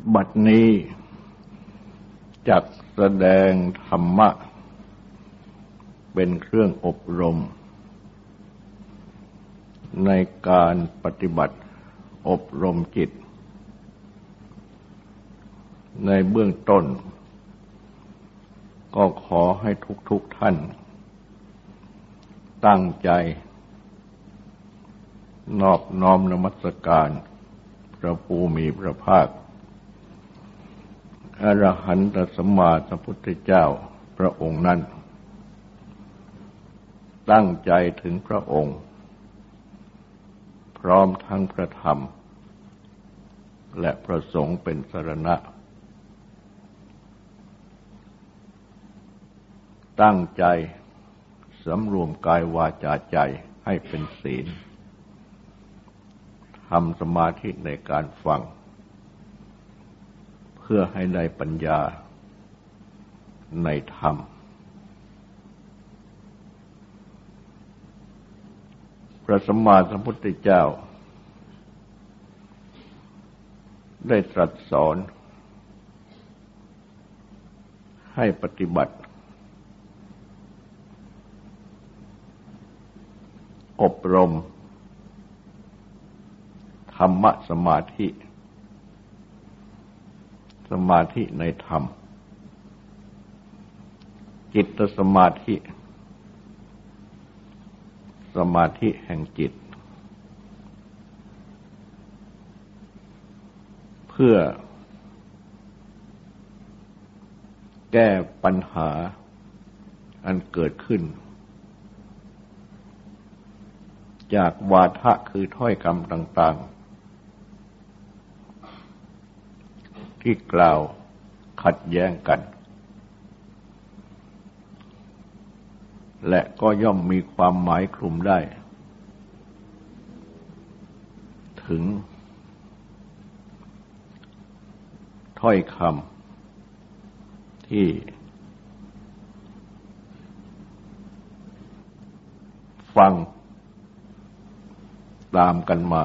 บัดนี้จักแสดงธรรมะเป็นเครื่องอบรมในการปฏิบัติอบรมจิตในเบื้องต้นก็ขอให้ทุกท่านตั้งใจนอบน้อมนมัสการพระผู้มีพระภาคอรหันตสัมมาสัมพุทธเจ้าพระองค์นั้นตั้งใจถึงพระองค์พร้อมทั้งพระธรรมและพระสงฆ์เป็นสรณะตั้งใจสำรวมกายวาจาใจให้เป็นศีลทำสมาธิในการฟังเพื่อให้ได้ปัญญาในธรรมพระสัมมาสัมพุทธเจ้าได้ตรัสสอนให้ปฏิบัติอบรมธรรมสมาธิสมาธิในธรรมจิตสมาธิสมาธิแห่งจิตเพื่อแก้ปัญหาอันเกิดขึ้นจากวาทะคือถ้อยคำต่างๆที่กล่าวขัดแย้งกันและก็ย่อมมีความหมายคลุมได้ถึงถ้อยคำที่ฟังตามกันมา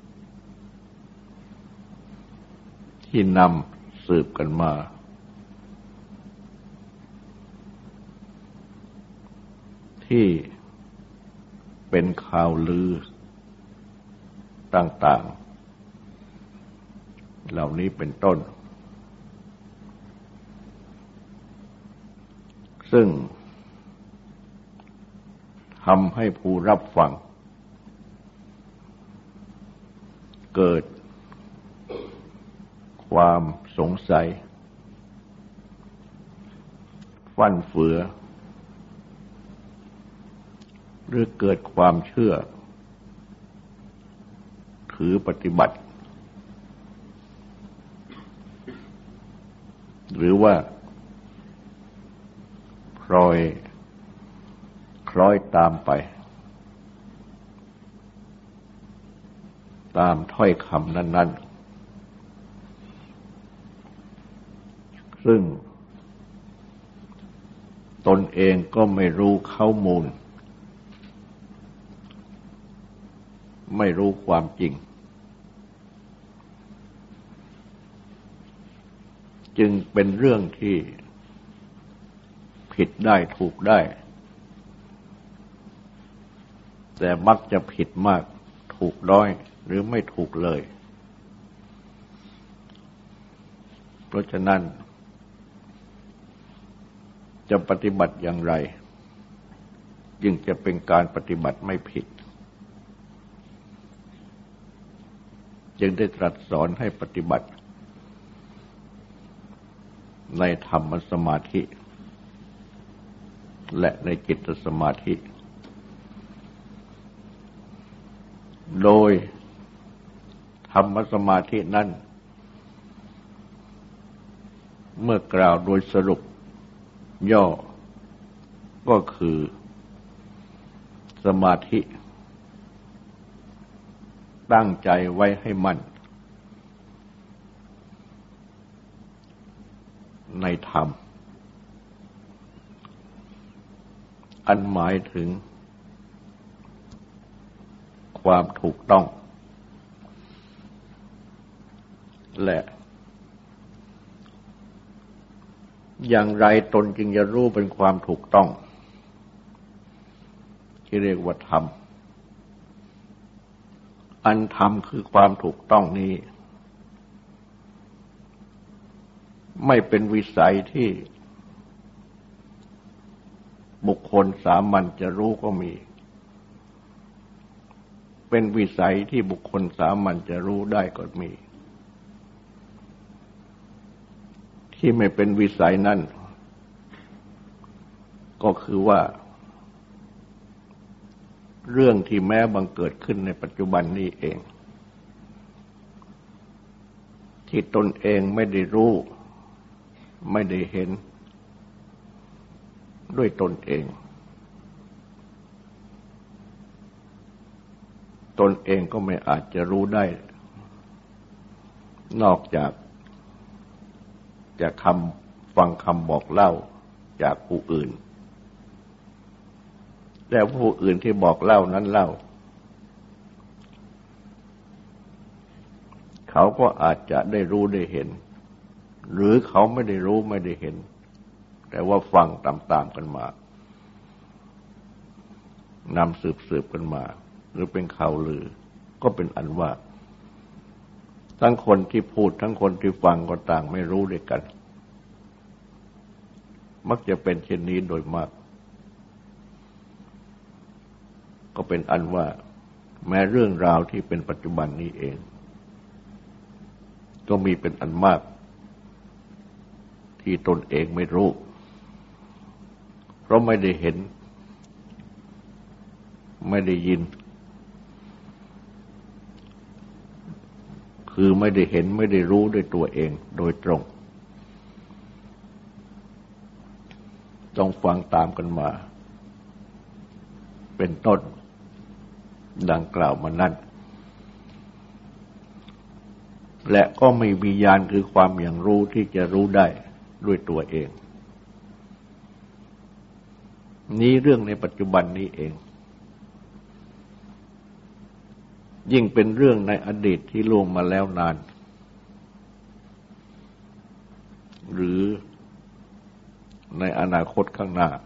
ที่นำสืบกันมาที่เป็นข่าวลือต่างๆเหล่านี้เป็นต้นซึ่งทำให้ผู้รับฟังเกิดความสงสัยฟั่นเฟือหรือเกิดความเชื่อถือปฏิบัติหรือว่าพลอยคล้อยตามไปตามถ้อยคำนั้นๆซึ่งตนเองก็ไม่รู้ข้อมูลไม่รู้ความจริงจึงเป็นเรื่องที่ผิดได้ถูกได้แต่มักจะผิดมากถูกน้อยหรือไม่ถูกเลยเพราะฉะนั้นจะปฏิบัติอย่างไรจึงจะเป็นการปฏิบัติไม่ผิดจึงได้ตรัสสอนให้ปฏิบัติในธรรมสมาธิและในจิตสมาธิโดยธรรมสมาธินั้นเมื่อกล่าวโดยสรุปย่อก็คือสมาธิตั้งใจไว้ให้มั่นในธรรมอันหมายถึงความถูกต้องและอย่างไรตนจึงจะรู้เป็นความถูกต้องที่เรียกว่าธรรมอันธรรมคือความถูกต้องนี้ไม่เป็นวิสัยที่บุคคลสามัญจะรู้ก็มีเป็นวิสัยที่บุคคลสามัญจะรู้ได้ก็มีที่ไม่เป็นวิสัยนั้นก็คือว่าเรื่องที่แม้บังเกิดขึ้นในปัจจุบันนี้เองที่ตนเองไม่ได้รู้ไม่ได้เห็นด้วยตนเองตนเองก็ไม่อาจจะรู้ได้นอกจากจะฟังคำบอกเล่าจากผู้อื่นแต่ผู้อื่นที่บอกเล่านั้นเล่าเขาก็อาจจะได้รู้ได้เห็นหรือเขาไม่ได้รู้ไม่ได้เห็นแต่ว่าฟังตามๆกันมานำสืบกันมาหรือเป็นข่าวลือก็เป็นอันว่าทั้งคนที่พูดทั้งคนที่ฟังก็ต่างไม่รู้ด้วยกันมักจะเป็นเช่นนี้โดยมากก็เป็นอันว่าแม้เรื่องราวที่เป็นปัจจุบันนี้เองก็มีเป็นอันมากที่ตนเองไม่รู้เพราะไม่ได้เห็นไม่ได้ยินคือไม่ได้เห็นไม่ได้รู้ด้วยตัวเองโดยตรงต้องฟังตามกันมาเป็นต้นดังกล่าวมานั้นและก็ไม่มีญาณคือความอย่างรู้ที่จะรู้ได้ด้วยตัวเองนี้เรื่องในปัจจุบันนี้เองยิ่งเป็นเรื่องในอดีตที่ล่วงมาแล้วนานหรือในอนาคตข้างหน้า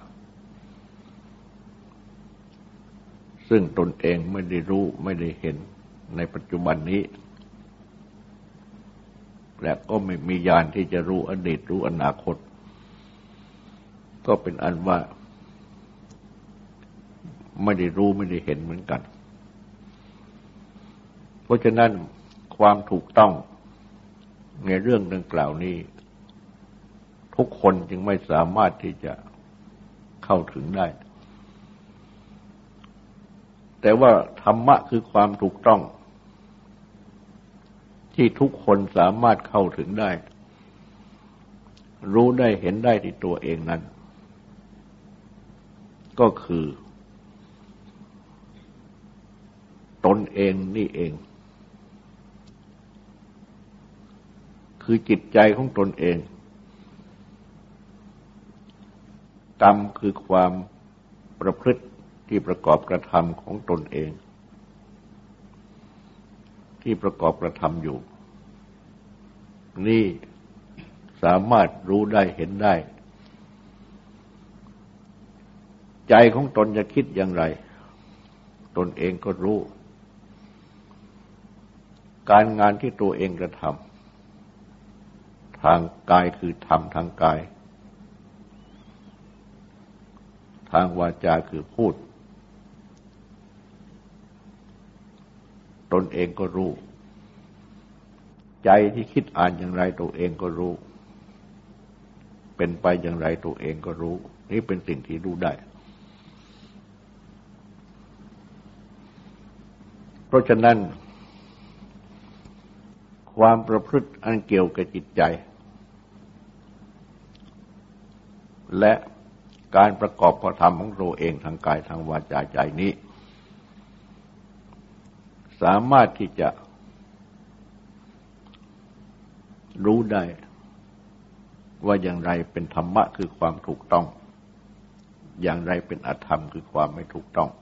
ซึ่งตนเองไม่ได้รู้ไม่ได้เห็นในปัจจุบันนี้และก็ไม่มีญาณที่จะรู้อดีตรู้อนาคตก็เป็นอันว่าไม่ได้รู้ไม่ได้เห็นเหมือนกันเพราะฉะนั้นความถูกต้องในเรื่องดังกล่าวนี้ทุกคนจึงไม่สามารถที่จะเข้าถึงได้แต่ว่าธรรมะคือความถูกต้องที่ทุกคนสามารถเข้าถึงได้รู้ได้เห็นได้ที่ตัวเองนั้นก็คือตนเองนี่เองคือจิตใจของตนเองกรรมคือความประพฤติที่ประกอบกระทำของตนเองที่ประกอบกระทำอยู่นี่สามารถรู้ได้เห็นได้ใจของตนจะคิดอย่างไรตนเองก็รู้การงานที่ตัวเองกระทำทางกายคือทำทางกายทางวาจาคือพูดตนเองก็รู้ใจที่คิดอ่านอย่างไรตัวเองก็รู้เป็นไปอย่างไรตัวเองก็รู้นี่เป็นสิ่งที่รู้ได้เพราะฉะนั้นความประพฤติอันเกี่ยวกับจิตใจและการประกอบกระทำของตัวเองทางกายทางวาจาใจนี้สามารถที่จะรู้ได้ว่าอย่างไรเป็นธรรมะคือความถูกต้องอย่างไรเป็นอธรรมคือความไม่ถูกต้อง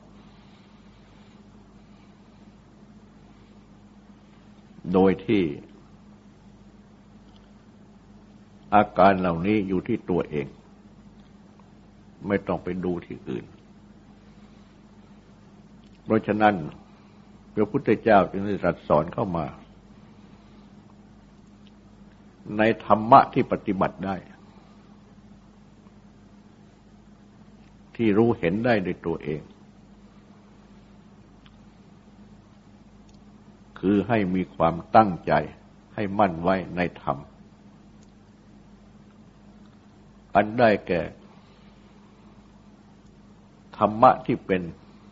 โดยที่อาการเหล่านี้อยู่ที่ตัวเองไม่ต้องไปดูที่อื่นเพราะฉะนั้นพระพุทธเจ้าจึงได้ตรัสสอนเข้ามาในธรรมะที่ปฏิบัติได้ที่รู้เห็นได้ด้วยตัวเองคือให้มีความตั้งใจให้มั่นไว้ในธรรมอันได้แก่ธรรมะที่เป็น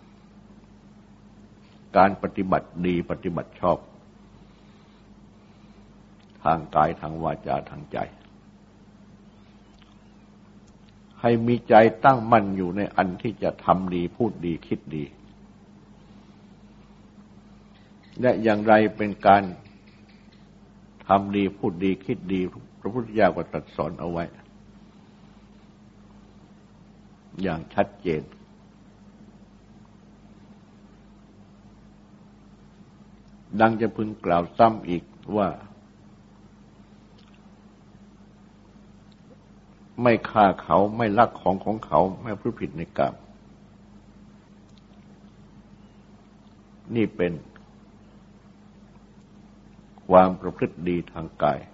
การปฏิบัติดีปฏิบัติชอบทางกายทางวาจาทางใจให้มีใจตั้งมั่นอยู่ในอันที่จะทำดีพูดดีคิดดีและอย่างไรเป็นการทำดีพูดดีคิดดีพระพุทธเจ้าก็ตรัสสอนเอาไว้อย่างชัดเจนดังจะพึงกล่าวซ้ำอีกว่าไม่ฆ่าเขาไม่ลักของของเขาไม่พูดผิดในกรรมนี่เป็นความประพฤติดีทางกาย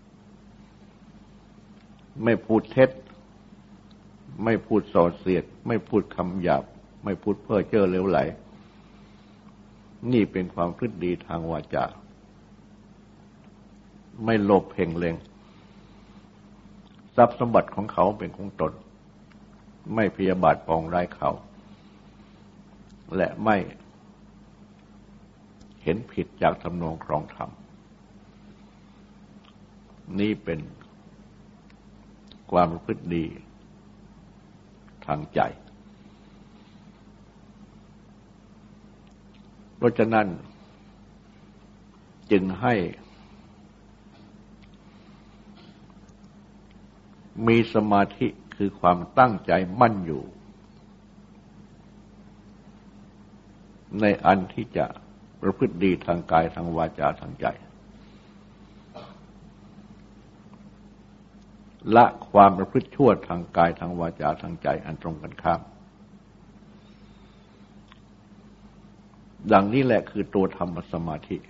ไม่พูดเท็จไม่พูดส่อเสียดไม่พูดคำหยาบไม่พูดเพ้อเจ้อเหลวไหลนี่เป็นความประพฤติดีทางวาจาไม่โลภเพ่งเล็งทรัพย์สมบัติของเขาเป็นของตนไม่พยาบาทปองร้ายเขาและไม่เห็นผิดจากทำนองครองธรรมนี่เป็นความประพฤติดีทางใจเพราะฉะนั้นจึงให้มีสมาธิคือความตั้งใจมั่นอยู่ในอันที่จะประพฤติดีทางกายทางวาจาทางใจละความประพฤติชั่วทางกายทางวาจาทางใจอันตรงกันข้ามดังนี้แหละคือตัวธรรมสมาธิ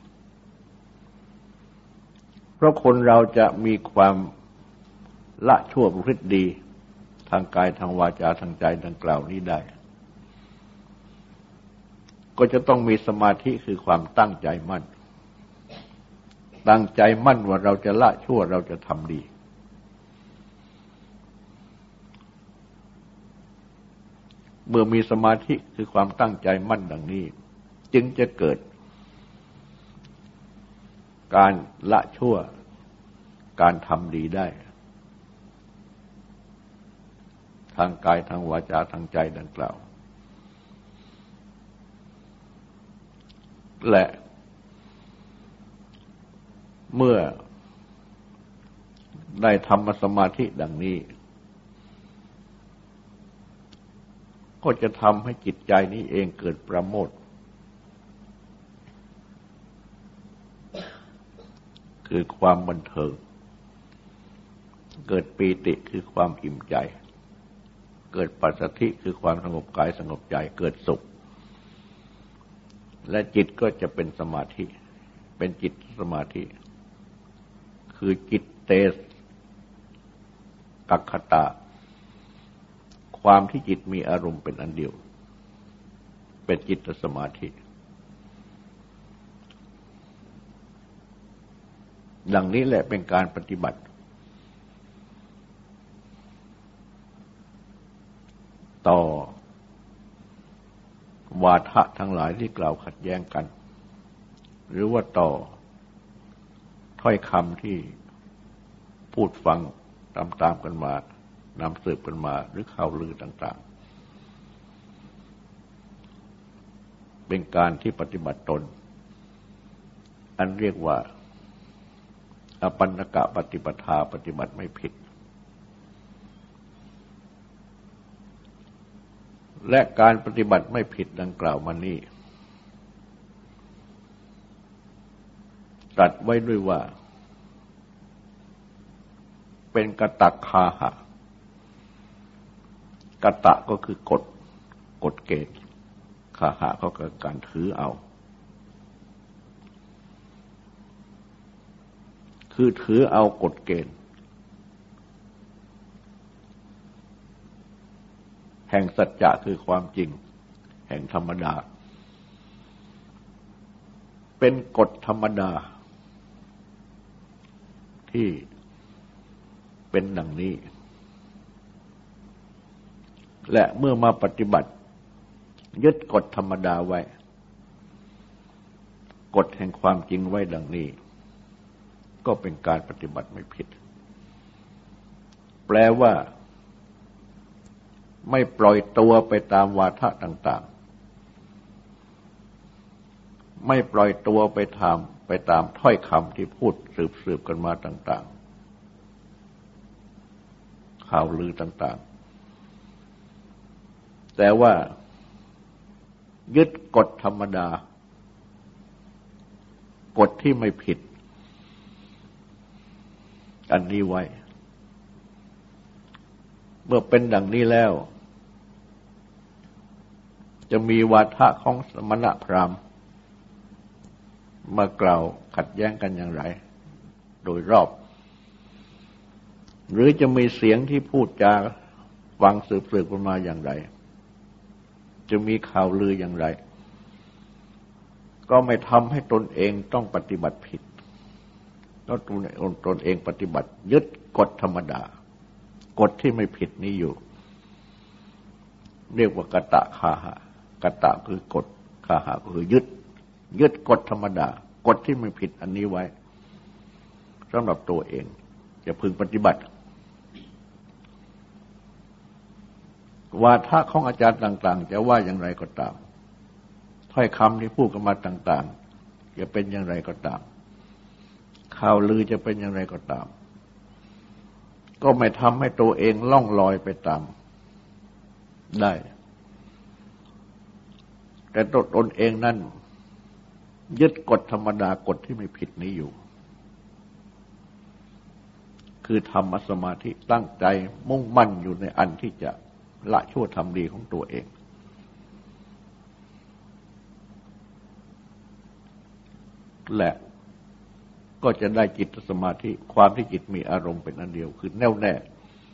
เพราะคนเราจะมีความละชั่วประพฤติดีทางกายทางวาจาทางใจดังกล่าวนี้ได้ก็จะต้องมีสมาธิคือความตั้งใจมั่นตั้งใจมั่นว่าเราจะละชั่วเราจะทำดีเมื่อมีสมาธิคือความตั้งใจมั่นดังนี้จึงจะเกิดการละชั่วการทำดีได้ทางกายทางวาจาทางใจดังกล่าวและเมื่อได้ธรรมสมาธิดังนี้ก็จะทำให้จิตใจนี้เองเกิดประโมทย์คือความบันเทิงเกิดปีติคือความอิ่มใจเกิดปัสสัทธิคือความสงบกายสงบใจเกิดสุขและจิตก็จะเป็นสมาธิเป็นจิตสมาธิคือจิตเตสกัคคตาความที่จิตมีอารมณ์เป็นอันเดียวเป็นจิตสมาธิดังนี้แหละเป็นการปฏิบัติต่อวาทะทั้งหลายที่กล่าวขัดแย้งกันหรือว่าต่อถ้อยคำที่พูดฟังตามๆกันมานำสืบกันมาหรือข่าวลือต่างๆเป็นการที่ปฏิบัติตนอันเรียกว่าอปันนกะปฏิปทาปฏิบัติไม่ผิดและการปฏิบัติไม่ผิดดังกล่าวมานี้ตรัสไว้ด้วยว่าเป็นกตคาหะกตะก็คือกฎเกณฑ์คาหะก็คือการถือเอาคือถือเอากฎเกณฑ์แห่งสัจจะคือความจริงแห่งธรรมดาเป็นกฎธรรมดาที่เป็นดังนี้และเมื่อมาปฏิบัติยึดกฎธรรมดาไว้กฎแห่งความจริงไว้ดังนี้ก็เป็นการปฏิบัติไม่ผิดแปลว่าไม่ปล่อยตัวไปตามวาทะต่างๆไม่ปล่อยตัวไปตามถ้อยคำที่พูดสืบกันมาต่างๆข่าวลือต่างๆแต่ว่ายึดกฎธรรมดากฎที่ไม่ผิดอันนี้ไว้เมื่อเป็นดังนี้แล้วจะมีวาทะของสมณพราหมณ์มากล่าวขัดแย้งกันอย่างไรโดยรอบหรือจะมีเสียงที่พูดจาฟังสืบกันมาอย่างไรจะมีข่าวลืออย่างไรก็ไม่ทำให้ตนเองต้องปฏิบัติผิดแล้วตนเองปฏิบัติยึดกฎธรรมดากฎที่ไม่ผิดนี้อยู่เรียกว่ากตคาหะกตะคือกฎคาหะคือยึดกฎธรรมดากฎที่ไม่ผิดอันนี้ไว้สำหรับตัวเองจะพึงปฏิบัติวาทะของอาจารย์ต่างๆจะว่าอย่างไรก็ตามถ้อยคำที่พูดกันมาต่างๆจะเป็นอย่างไรก็ตามข่าวลือจะเป็นอย่างไรก็ตามก็ไม่ทำให้ตัวเองล่องลอยไปตามได้แต่ตนเองนั้นยึดกฎธรรมดากฎที่ไม่ผิดนี้อยู่คือทำสมาธิตั้งใจมุ่งมั่นอยู่ในอันที่จะละชั่วทำดีของตัวเองและก็จะได้จิตสมาธิความที่จิตมีอารมณ์เป็นอันเดียวคือแน่วแน่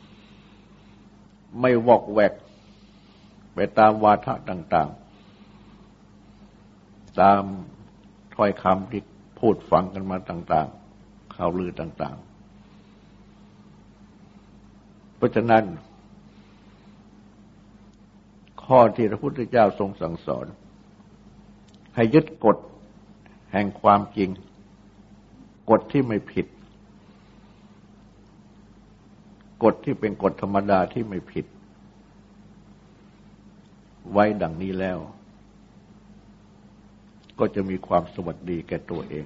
ไม่วอกแวกไปตามวาทะต่างๆตามถ้อยคำที่พูดฟังกันมาต่างๆข่าวลือต่างๆเพราะฉะนั้นข้อที่พระพุทธเจ้าทรงสั่งสอนให้ยึดกฎแห่งความจริงกฎที่ไม่ผิดกฎที่เป็นกฎธรรมดาที่ไม่ผิดไว้ดังนี้แล้วก็จะมีความสวัสดีแก่ตัวเอง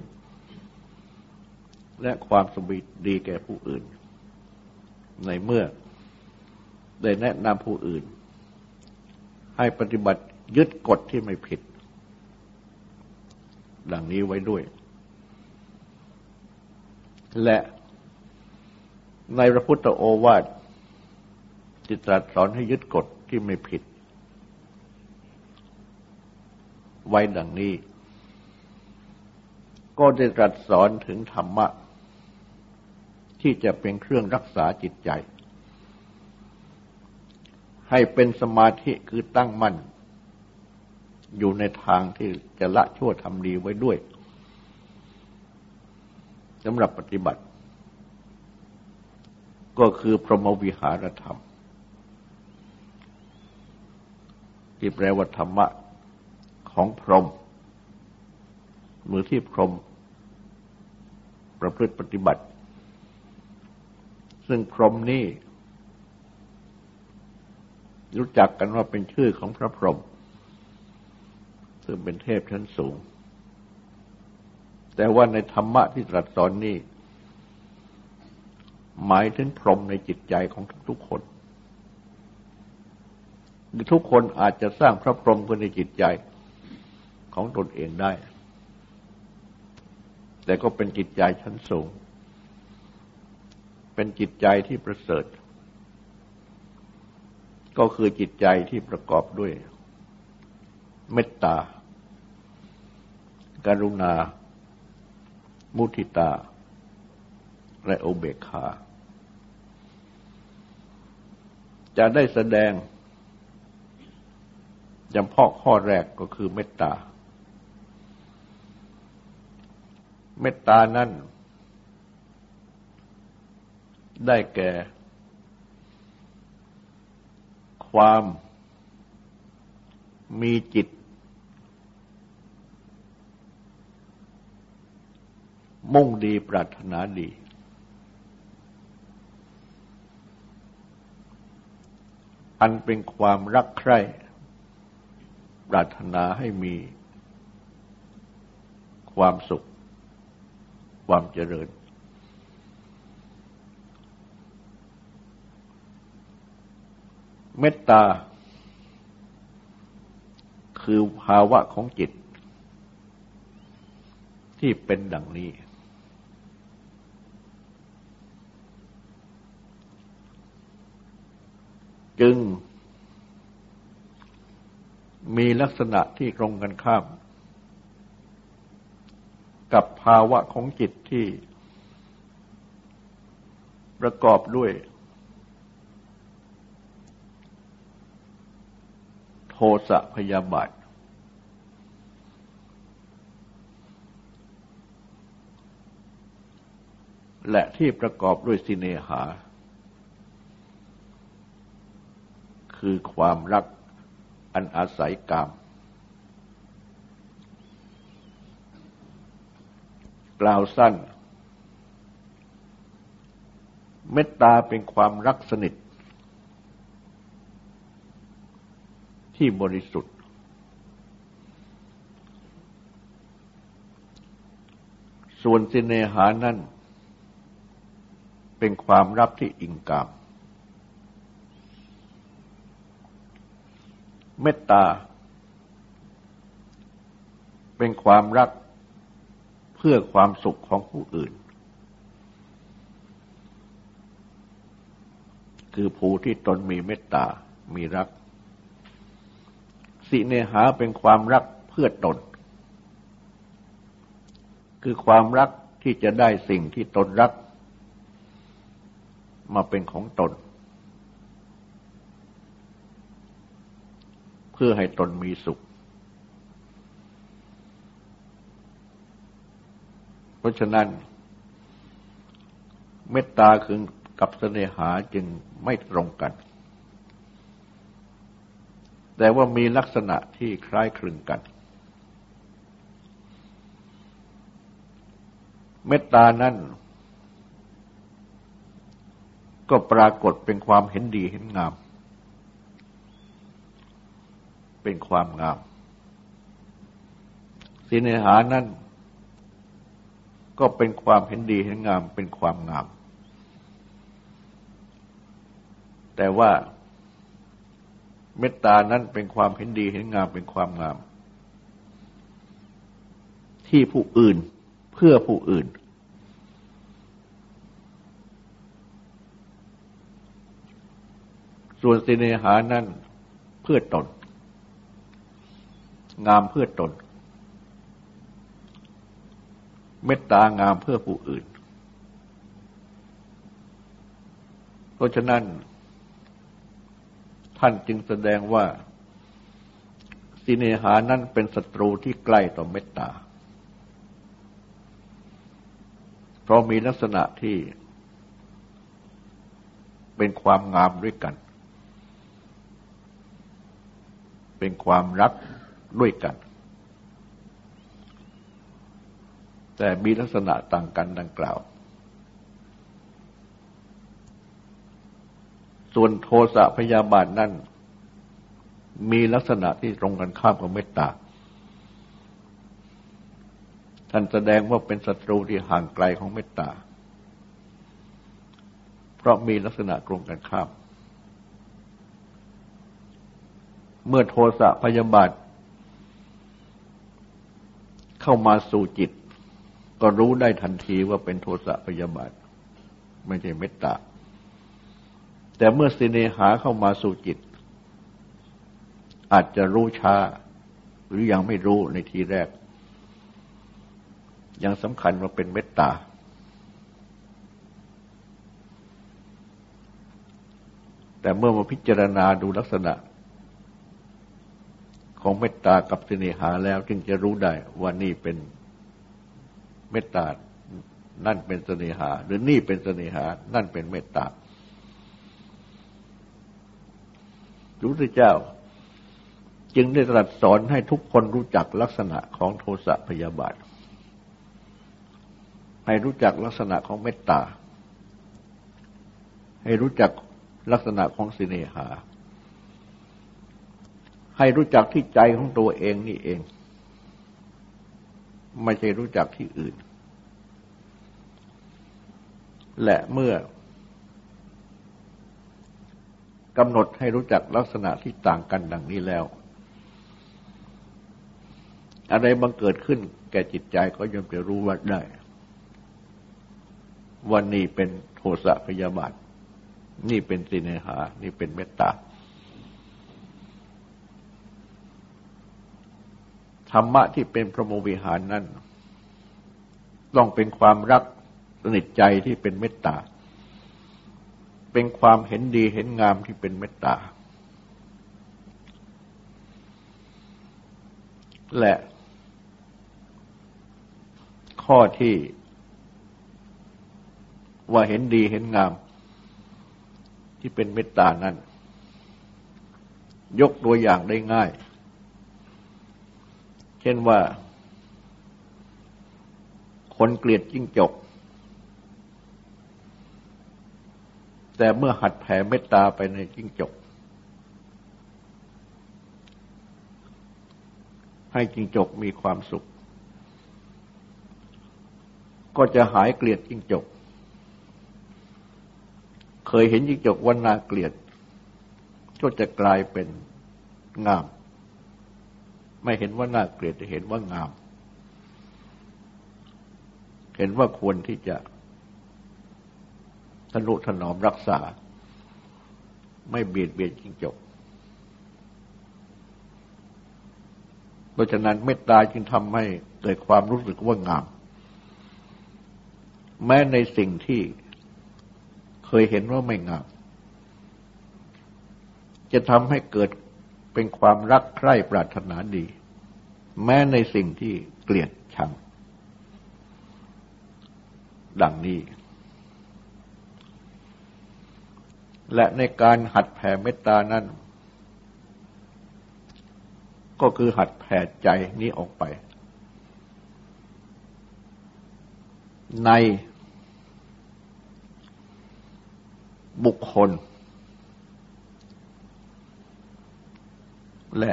และความสวัสดีแก่ผู้อื่นในเมื่อได้แนะนำผู้อื่นให้ปฏิบัติยึดกฎที่ไม่ผิดดังนี้ไว้ด้วยและในพระพุทธโอวาทที่ตรัสสอนให้ยึดกฎที่ไม่ผิดไว้ดังนี้ก็ได้ตรัสสอนถึงธรรมะที่จะเป็นเครื่องรักษาจิตใจให้เป็นสมาธิคือตั้งมั่นอยู่ในทางที่จะละชั่วทำดีไว้ด้วยสำหรับปฏิบัติก็คือพรหมวิหารธรรมที่แปลว่าธรรมะของพรหมมือที่พรหมประพฤติปฏิบัติซึ่งพรหมนี้รู้จักกันว่าเป็นชื่อของพระพรหมซึ่งเป็นเทพชั้นสูงแต่ว่าในธรรมะที่ตรัสสอนนี้หมายถึงพรหมในจิตใจของทุกคนทุกคนอาจจะสร้างพระพรหมขึ้นในจิตใจของตนเองได้แต่ก็เป็นจิตใจชั้นสูงเป็นจิตใจที่ประเสริฐก็คือจิตใจที่ประกอบด้วยเมตตากรุณามุทิตาและอุเบกขาจะได้แสดงเฉพาะข้อแรกก็คือเมตตาเมตตานั้นได้แก่ความมีจิตมุ่งดีปรารถนาดีอันเป็นความรักใคร่ปรารถนาให้มีความสุขความเจริญเมตตาคือภาวะของจิตที่เป็นดังนี้จึงมีลักษณะที่ตรงกันข้ามกับภาวะของจิตที่ประกอบด้วยโทสะพยาบาทและที่ประกอบด้วยสิเนหาคือความรักอันอาศัยกามกล่าวสั้นเมตตาเป็นความรักสนิทที่บริสุทธิ์ส่วนสิเนหานั้นเป็นความรักที่อิงกามเมตตาเป็นความรักเพื่อความสุขของผู้อื่นคือผู้ที่ตนมีเมตตามีรักสิเนหาเป็นความรักเพื่อตนคือความรักที่จะได้สิ่งที่ตนรักมาเป็นของตนเพื่อให้ตนมีสุขเพราะฉะนั้นเมตตาคือกับเสน่หาจึงไม่ตรงกันแต่ว่ามีลักษณะที่คล้ายคลึงกันเมตตานั้นก็ปรากฏเป็นความเห็นดีเห็นงามเป็นความงามสิเนหานั้นก็เป็นความเห็นดีเห็นงามเป็นความงามแต่ว่าเมตตานั้นเป็นความเห็นดีเห็นงามเป็นความงามที่ผู้อื่นเพื่อผู้อื่นส่วนสิเนหานั้นเพื่อตนงามเพื่อตนเมตตางามเพื่อผู้อื่นเพราะฉะนั้นท่านจึงแสดงว่าสิเนหานั้นเป็นศัตรูที่ใกล้ต่อเมตตาเพราะมีลักษณะที่เป็นความงามด้วยกันเป็นความรักด้วยกันแต่มีลักษณะต่างกันดังกล่าวส่วนโทสะพยาบาทนั้นมีลักษณะที่ตรงกันข้ามกับเมตตาท่านแสดงว่าเป็นศัตรูที่ห่างไกลของเมตตาเพราะมีลักษณะตรงกันข้ามเมื่อโทสะพยาบาทเข้ามาสู่จิตก็รู้ได้ทันทีว่าเป็นโทสะพยาบาทไม่ใช่เมตตาแต่เมื่อสิเนหาเข้ามาสู่จิตอาจจะรู้ช้าหรือยังไม่รู้ในทีแรกยังสำคัญว่าเป็นเมตตาแต่เมื่อมาพิจารณาดูลักษณะของเมตตากับสิเนหาแล้วจึงจะรู้ได้ว่านี่เป็นเมตตานั่นเป็นเสน่หาหรือนี่เป็นเสน่หานั่นเป็นเมตตาพระพุทธเจ้าจึงได้ตรัสสอนให้ทุกคนรู้จักลักษณะของโทสะพยาบาทให้รู้จักลักษณะของเมตตาให้รู้จักลักษณะของสิเนหาให้รู้จักที่ใจของตัวเองนี่เองไม่ใช่รู้จักที่อื่นและเมื่อกำหนดให้รู้จักลักษณะที่ต่างกันดังนี้แล้วอะไรบังเกิดขึ้นแก่จิตใจก็ย่อมจะรู้ว่าได้ว่านี่เป็นโทสะพยาบาทนี่เป็นสิเนหานี่เป็นเมตตาธรรมะที่เป็นพรหมวิหารนั้นต้องเป็นความรักสนิทใจที่เป็นเมตตาเป็นความเห็นดีเห็นงามที่เป็นเมตตาและข้อที่ว่าเห็นดีเห็นงามที่เป็นเมตตานั้นยกตัวอย่างได้ง่ายเช่นว่าคนเกลียดจิ้งจกแต่เมื่อหัดแผ่เมตตาไปในจิ้งจกให้จิ้งจกมีความสุขก็จะหายเกลียดจิ้งจกเคยเห็นจิ้งจกว่าน่าเกลียดก็จะกลายเป็นงามไม่เห็นว่าน่าเกลียดแต่เห็นว่างามเห็นว่าควรที่จะทนุถนอมรักษาไม่เบียดเบียนจิ้งจกเพราะฉะนั้นเมตตาจึงทำให้เกิดความรู้สึกว่างามแม้ในสิ่งที่เคยเห็นว่าไม่งามจะทำให้เกิดเป็นความรักใคร่ปรารถนาดีแม้ในสิ่งที่เกลียดชังดังนี้และในการหัดแผ่เมตตานั้นก็คือหัดแผ่ใจนี้ออกไปในบุคคลและ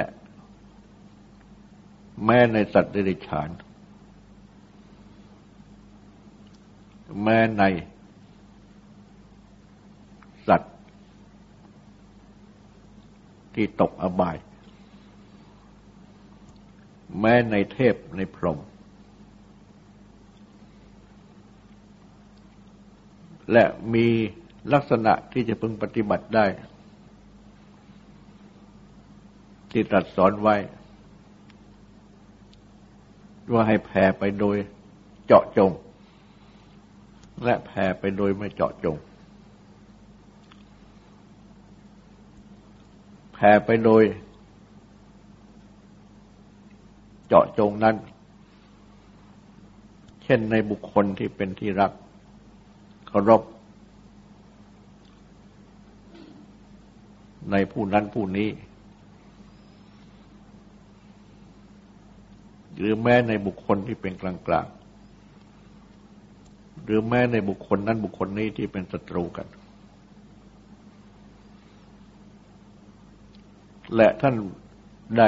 แม้ในสัตว์เดรัจฉานแม้ในสัตว์ที่ตกอบายแม้ในเทพในพรหมและมีลักษณะที่จะพึงปฏิบัติได้ที่ตรัสสอนไว้ว่าให้แผ่ไปโดยเจาะจงและแผ่ไปโดยไม่เจาะจงแผ่ไปโดยเจาะจงนั้นเช่นในบุคคลที่เป็นที่รักเคารพในผู้นั้นผู้นี้หรือแม้ในบุคคลที่เป็นกลางๆหรือแม้ในบุคคลนั้นบุคคลนี้ที่เป็นศัตรูกันและท่านได้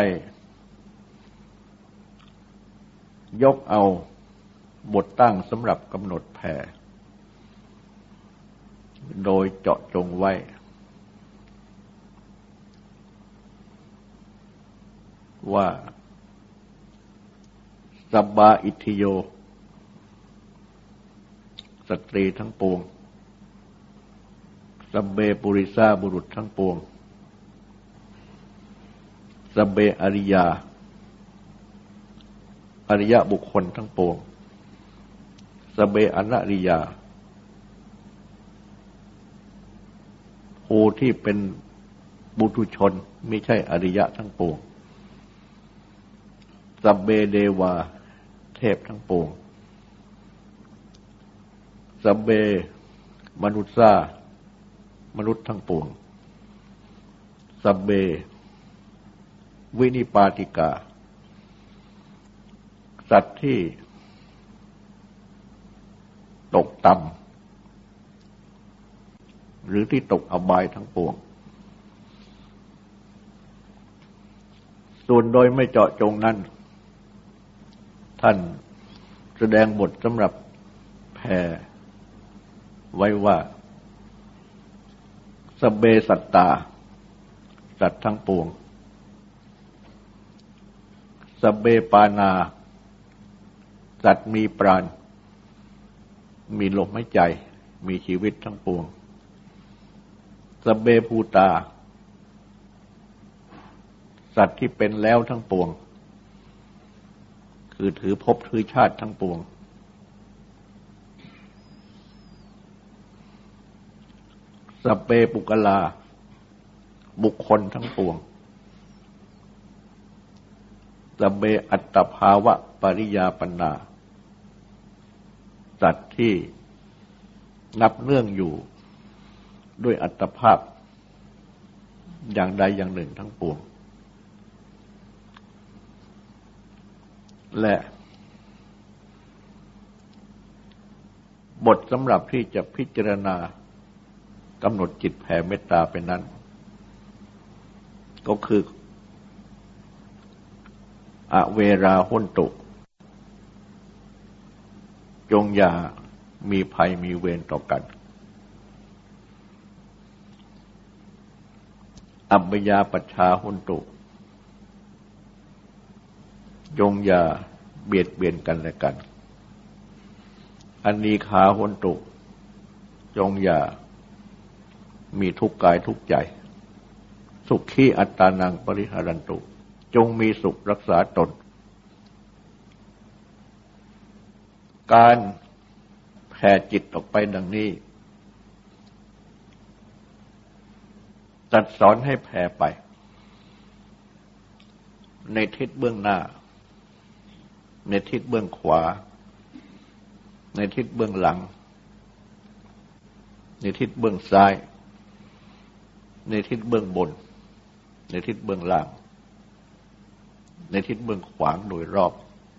ยกเอาบทตั้งสำหรับกำหนดแผ่โดยเจาะจงไว้ว่าสับบาอิทธิโยสตรีทั้งปวงสัพเบปุริสาบุรุษทั้งปวงสัพเบอริยาอริยบุคคลทั้งปวงสัพเบอนัริยาผู้ที่เป็นบุตุชนไม่ใช่อริยะทั้งปวงสัพเบเดวาเทพทั้งปวงสัพเบมนุษสามนุษย์ทั้งปวงสัพเบวินิปาติกาสัตว์ที่ตกต่ำหรือที่ตกอบายทั้งปวงส่วนโดยไม่เจาะจงนั้นท่านแสดงบทสำหรับแผ่ไว้ว่าสัพเบสัตตาสัตว์ทั้งปวงสัพเบปานาสัตว์มีปราณมีลมหายใจมีชีวิตทั้งปวงสัพเบภูตาสัตว์ที่เป็นแล้วทั้งปวงคือถือภพถือชาติทั้งปวงสัพเปปุกลาบุคคลทั้งปวงสัพเบอัตตภาวะปริยาปันนาสัตว์ที่นับเนื่องอยู่ด้วยอัตภาพอย่างใดอย่างหนึ่งทั้งปวงและบทสำหรับที่จะพิจารณากำหนดจิตแผ่เมตตาไปนั้นก็คืออเวราหุนตุจงอย่ามีภัยมีเวรต่อกันอัปปยาปัชชาหุนตุจงอย่าเบียดเบียนกันและกันอนีฆาหุนตุจงอย่ามีทุกข์กายทุกข์ใจสุขีอัตตานังปริหารันตุจงมีสุขรักษาตนการแผ่จิตออกไปดังนี้ตรัสสอนให้แผ่ไปในทิศเบื้องหน้าในทิศเบื้องขวาในทิศเบื้องหลังในทิศเบื้องซ้ายในทิศเบื้องบนในทิศเบื้องล่างในทิศเบื้องขวางโดยรอบ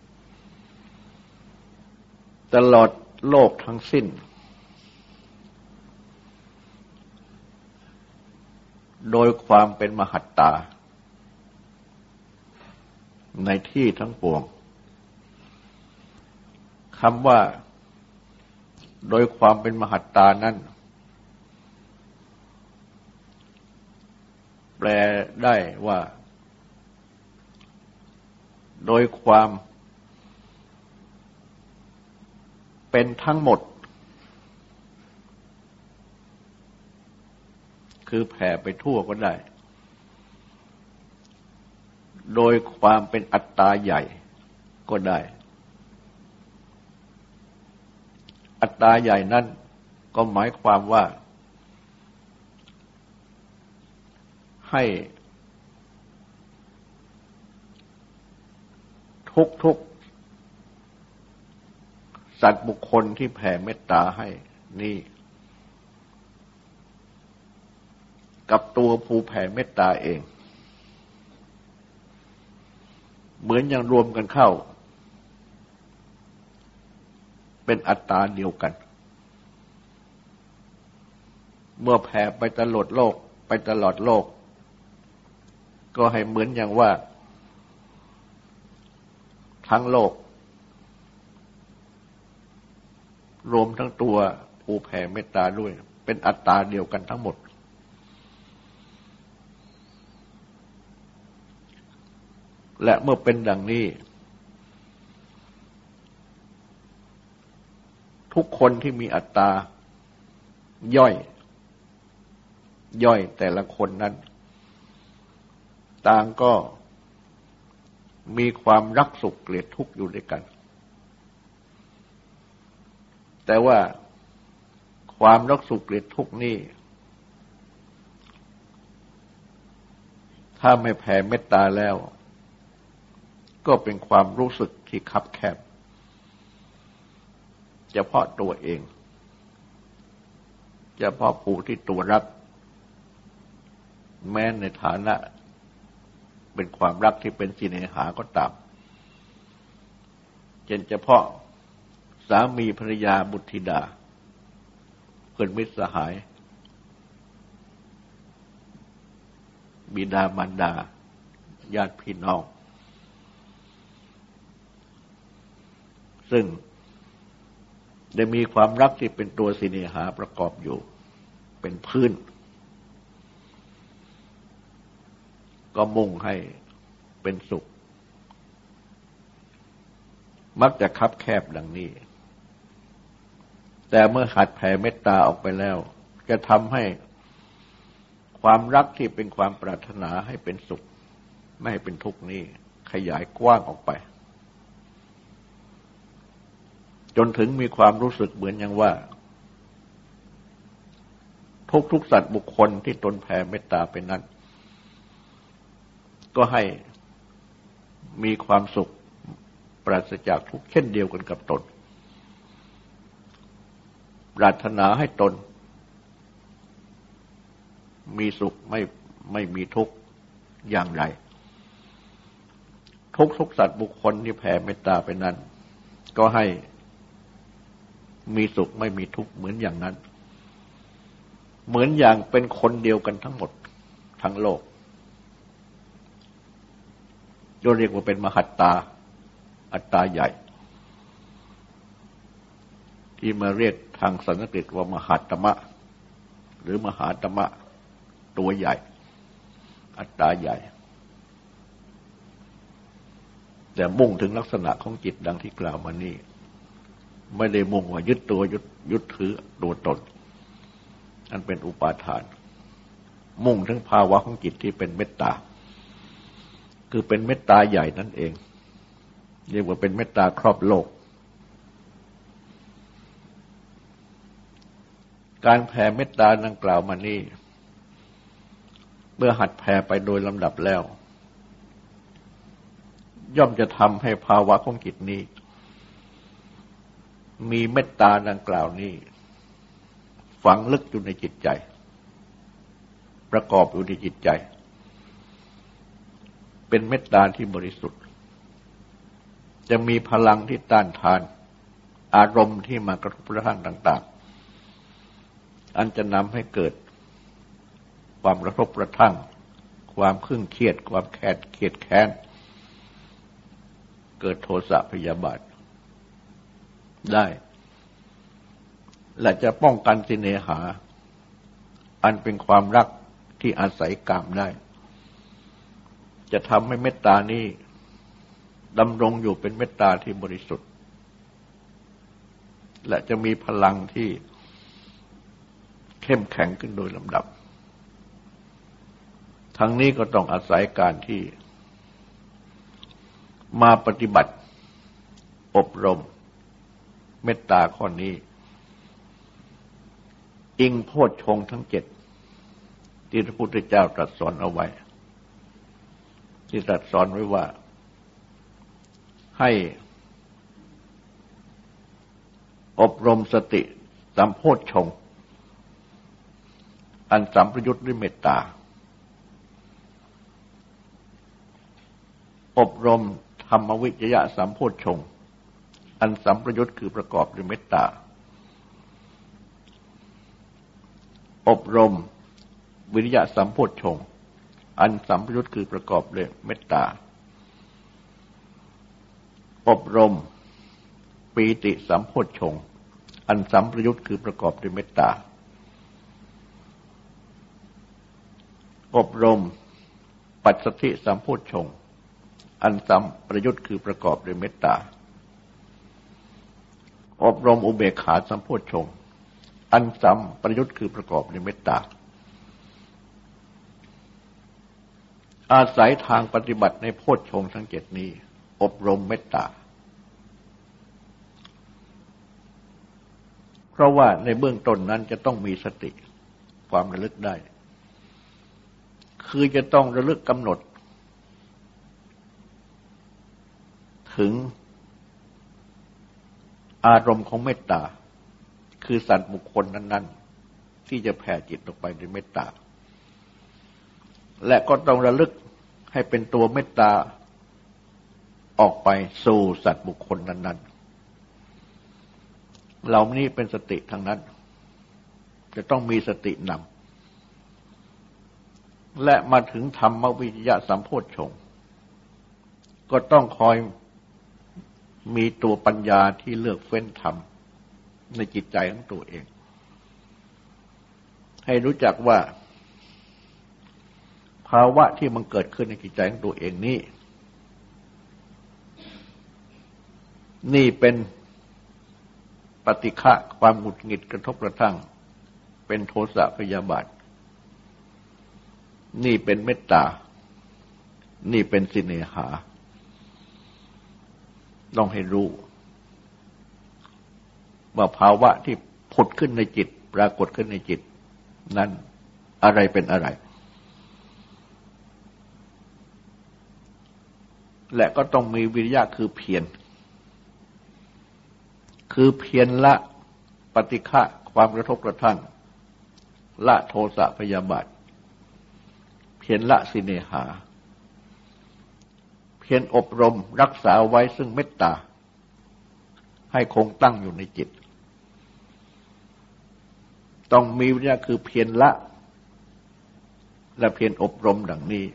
ตลอดโลกทั้งสิ้นโดยความเป็นมหัตตาในที่ทั้งปวงคำว่าโดยความเป็นมหัตตานั้นแปลได้ว่าโดยความเป็นทั้งหมดคือแผ่ไปทั่วก็ได้โดยความเป็นอัตตาใหญ่ก็ได้อัตตาใหญ่นั้นก็หมายความว่าให้ทุกสัตว์บุคคลที่แผ่เมตตาให้นี่กับตัวผู้แผ่เมตตาเองเหมือนอย่างรวมกันเข้าเป็นอัตตาเดียวกันเมื่อแผ่ไปตลอดโลกไปตลอดโลกก็ให้เหมือนอย่างว่าทั้งโลกรวมทั้งตัวผู้แผ่เมตตาด้วยเป็นอัตตาเดียวกันทั้งหมดและเมื่อเป็นดังนี้ทุกคนที่มีอัตตาย่อยย่อยแต่ละคนนั้นต่างก็มีความรักสุขเกลียดทุกข์อยู่ด้วยกันแต่ว่าความรักสุขเกลียดทุกข์นี่ถ้าไม่แผ่เมตตาแล้วก็เป็นความรู้สึกที่คับแคบเฉพาะตัวเองเฉพาะผู้ที่ตัวรักแม้ในฐานะเป็นความรักที่เป็นสิเนหาก็ตามเฉพาะสามีภรรยาบุตรธิดาเพื่อนมิตรสหายบิดามารดาญาติพี่น้องซึ่งได้มีความรักที่เป็นตัวสิเนหาประกอบอยู่เป็นพื้นก็มุ่งให้เป็นสุขมักจะคับแคบดังนี้แต่เมื่อหัดแผ่เมตตาออกไปแล้วจะทำให้ความรักที่เป็นความปรารถนาให้เป็นสุขไม่ให้เป็นทุกข์นี้ขยายกว้างออกไปจนถึงมีความรู้สึกเหมือนอย่างว่าทุกสัตว์บุคคลที่ตนแผ่เมตตาไปนั้นก็ให้มีความสุขปราศจากทุกข์เช่นเดียวกันกับตนปรารถนาให้ตนมีสุขไม่มีทุกข์อย่างไรทุกสัตว์บุคคลที่แผ่เมตตาไปนั้นก็ให้มีสุขไม่มีทุกข์เหมือนอย่างนั้นเหมือนอย่างเป็นคนเดียวกันทั้งหมดทั้งโลกเรียกว่าเป็นมหัตตาอัตตาใหญ่ที่มาเรียกทางสันสกฤตว่ามหาตมะหรือมหาตมะตัวใหญ่อัตตาใหญ่แต่มุ่งถึงลักษณะของจิตดังที่กล่าวมานี้ไม่ได้มุ่งว่ายึดตัวยึดถือตัวตนอันเป็นอุปาทานมุ่งถึงภาวะของจิตที่เป็นเมตตาคือเป็นเมตตาใหญ่นั่นเองเรียกว่าเป็นเมตตาครอบโลกการแผ่เมตตาดังกล่าวมานี้เมื่อหัดแผ่ไปโดยลำดับแล้วย่อมจะทำให้ภาวะของจิตนี้มีเมตตาดังกล่าวนี้ฝังลึกอยู่ในจิตใจประกอบอยู่ในจิตใจเป็นเมตตาที่บริสุทธิ์จะมีพลังที่ต้านทานอารมณ์ที่มากระทบกระทั่งต่างๆอันจะนำให้เกิดความกระทบกระทั่งความเคร่งเครียดความเครียดแค้นเกิดโทสะพยาบาทได้และจะป้องกันสิเนหาอันเป็นความรักที่อาศัยกามได้จะทำให้เมตตานี้ดำรงอยู่เป็นเมตตาที่บริสุทธิ์และจะมีพลังที่เข้มแข็งขึ้นโดยลำดับทั้งนี้ก็ต้องอาศัยการที่มาปฏิบัติอบรมเมตตาข้อนี้อิงโพชฌงค์ทั้ง7ที่พระพุทธเจ้าตรัสสอนเอาไว้ที่ตรัสสอนไว้ว่าให้อบรมสติสัมโพชฌงค์อันสัมปยุตด้วยเมตตาอบรมธรรมวิจยะสัมโพชฌงค์อันสัมปยุตคือประกอบด้วยเมตตาอบรมวิริยะสัมโพชฌงค์อันสัมปยุตคือประกอบด้วยเมตตาอบรมปีติสัมโพชฌงค์อันสัมปยุตคือประกอบด้วยเมตตาอบรมปัสสัทธิสัมโพชฌงค์อันสัมปยุตคือประกอบด้วยเมตตาอบรมอุเบกขาสัมโพชฌงค์อันสัมปยุตคือประกอบด้วยเมตตาอาศัยทางปฏิบัติในโพชฌงค์ทั้ง7นี้อบรมเมตตาเพราะว่าในเบื้องต้นนั้นจะต้องมีสติความระลึกได้คือจะต้องระลึกกำหนดถึงอารมณ์ของเมตตาคือสัตว์บุคคลนั้นๆที่จะแผ่จิตออกไปด้วยเมตตาและก็ต้องระลึกให้เป็นตัวเมตตาออกไปสู่สัตว์บุคคลนั้นๆเหล่านี้เป็นสติทั้งนั้นจะต้องมีสตินำและมาถึงธรรมวิจยะสัมโพชฌงค์ก็ต้องคอยมีตัวปัญญาที่เลือกเฟ้นธรรมในจิตใจของตัวเองให้รู้จักว่าภาวะที่มันเกิดขึ้นในจิตใจของตัวเองนี่เป็นปฏิฆะความหงุดหงิดกระทบกระทั่งเป็นโทสะพยาบาทนี่เป็นเมตตานี่เป็นสิเนหาต้องให้รู้ว่าภาวะที่ผุดขึ้นในจิตปรากฏขึ้นในจิตนั้นอะไรเป็นอะไรและก็ต้องมีวิริยะคือเพียรละปฏิฆะความกระทบกระทั่งละโทสะพยาบาทเพียรละสิเนหาเพียรอบรมรักษาไว้ซึ่งเมตตาให้คงตั้งอยู่ในจิตต้องมีวิริยะคือเพียรละและเพียรอบรมดังนี้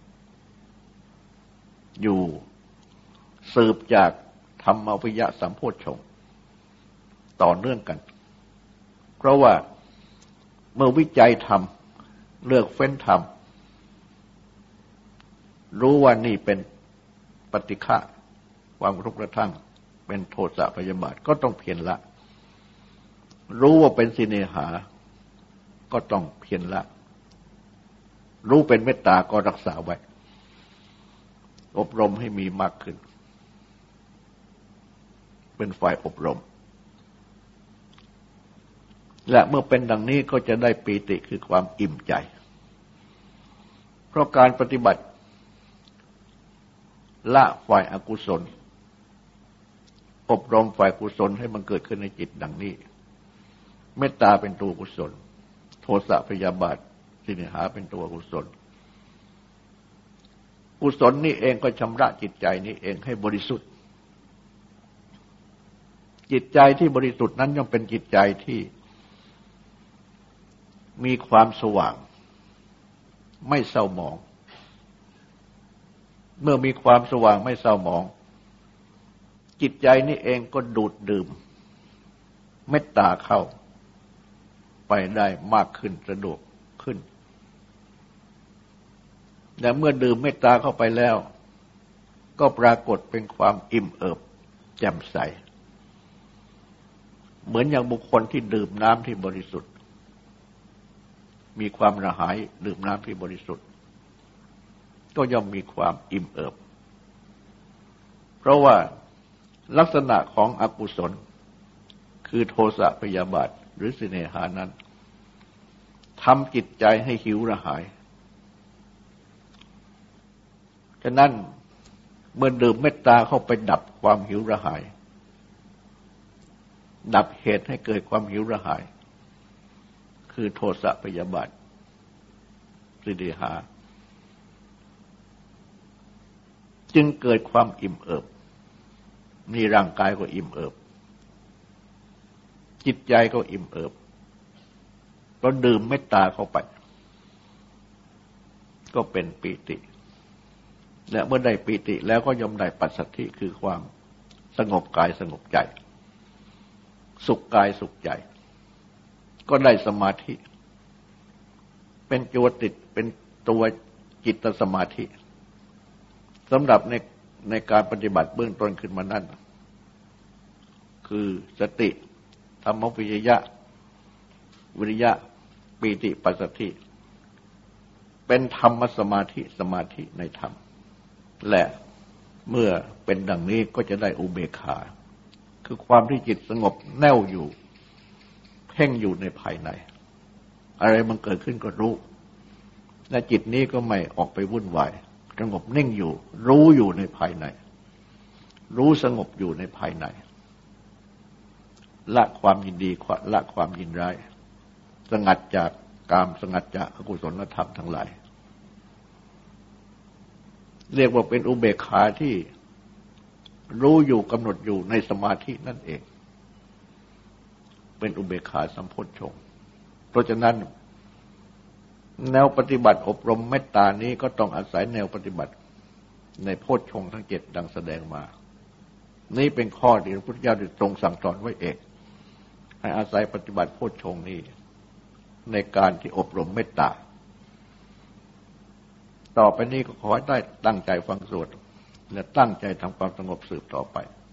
อยู่สืบจากธรรมวิจยะสัมโพชฌงค์ต่อเนื่องกันเพราะว่าเมื่อวิจัยธรรมเลือกเฟ้นธรรมรู้ว่านี่เป็นปฏิฆะความกระทบกระทั่งเป็นโทสะพยาบาทก็ต้องเพียรละรู้ว่าเป็นสิเนหาก็ต้องเพียรละรู้เป็นเมตตาก็รักษาไว้อบรมให้มีมากขึ้นเป็นฝ่ายอบรมและเมื่อเป็นดังนี้ก็จะได้ปีติคือความอิ่มใจเพราะการปฏิบัติละฝ่ายอกุศลอบรมฝ่ายกุศลให้มันเกิดขึ้นในจิตดังนี้เมตตาเป็นตัวกุศลโทสะพยาบาทสิเนหาเป็นตัวกุศลกุศลนี่เองก็ชำระจิตใจนี้เองให้บริสุทธิ์จิตใจที่บริสุทธิ์นั้นย่อมเป็นจิตใจที่มีความสว่างไม่เศร้าหมองเมื่อมีความสว่างไม่เศร้าหมองจิตใจนี้เองก็ดูดดื่มเมตตาเข้าไปได้มากขึ้นสะดวกขึ้นและเมื่อดื่มเมตตาเข้าไปแล้วก็ปรากฏเป็นความอิ่มเอิบแจ่มใสเหมือนอย่างบุคคลที่ดื่มน้ำที่บริสุทธิ์มีความระหายดื่มน้ำที่บริสุทธิ์ก็ย่อมมีความอิ่มเอิบเพราะว่าลักษณะของอกุศลคือโทสะพยาบาทหรือสิเนหานั้นทำจิตใจให้หิวระหายฉะนั้นเมื่อดื่มเมตตาเข้าไปดับความหิวระหายดับเหตุให้เกิดความหิวระหายคือโทสะพยาบาทสิเนหาจึงเกิดความอิ่มเอิบมีร่างกายก็อิ่มเอิบจิตใจก็อิ่มเอิบก็ดื่มเมตตาเข้าไปก็เป็นปีติและเมื่อได้ปีติแล้วก็ย่อมได้ปัสสัทธิคือความสงบกายสงบใจสุขกายสุขใจก็ได้สมาธิเป็นตัวติดเป็นตัวจิตสมาธิสำหรับในการปฏิบัติเบื้องต้นขึ้นมานั่นคือสติธรรมวิจยะวิริยะปีติปัสสัทธิเป็นธรรมสมาธิสมาธิในธรรมและเมื่อเป็นดังนี้ก็จะได้อุเบกขาคือความที่จิตสงบแน่วอยู่เพ่งอยู่ในภายในอะไรมันเกิดขึ้นก็รู้และจิตนี้ก็ไม่ออกไปวุ่นวายสงบนิ่งอยู่รู้อยู่ในภายในรู้สงบอยู่ในภายในละความยินดีละความยินร้ายสงัดจากกามสงัดจากอกุศลธรรมทั้งหลายเรียกว่าเป็นอุเบกขาที่รู้อยู่กำหนดอยู่ในสมาธินั่นเองเป็นอุเบกขาสัมโพชฌงค์เพราะฉะนั้นแนวปฏิบัติอบรมเมตตานี้ก็ต้องอาศัยแนวปฏิบัติในโพชฌงค์ทั้ง7ดังแสดงมานี่เป็นข้อที่พระพุทธเจ้าได้ทรงสั่งสอนไว้เองให้อาศัยปฏิบัติโพชฌงค์นี้ในการที่อบรมเมตตาต่อไปนี้ก็ขอให้ได้ตั้งใจฟังสวดและตั้งใจทำความสงบสืบต่อไป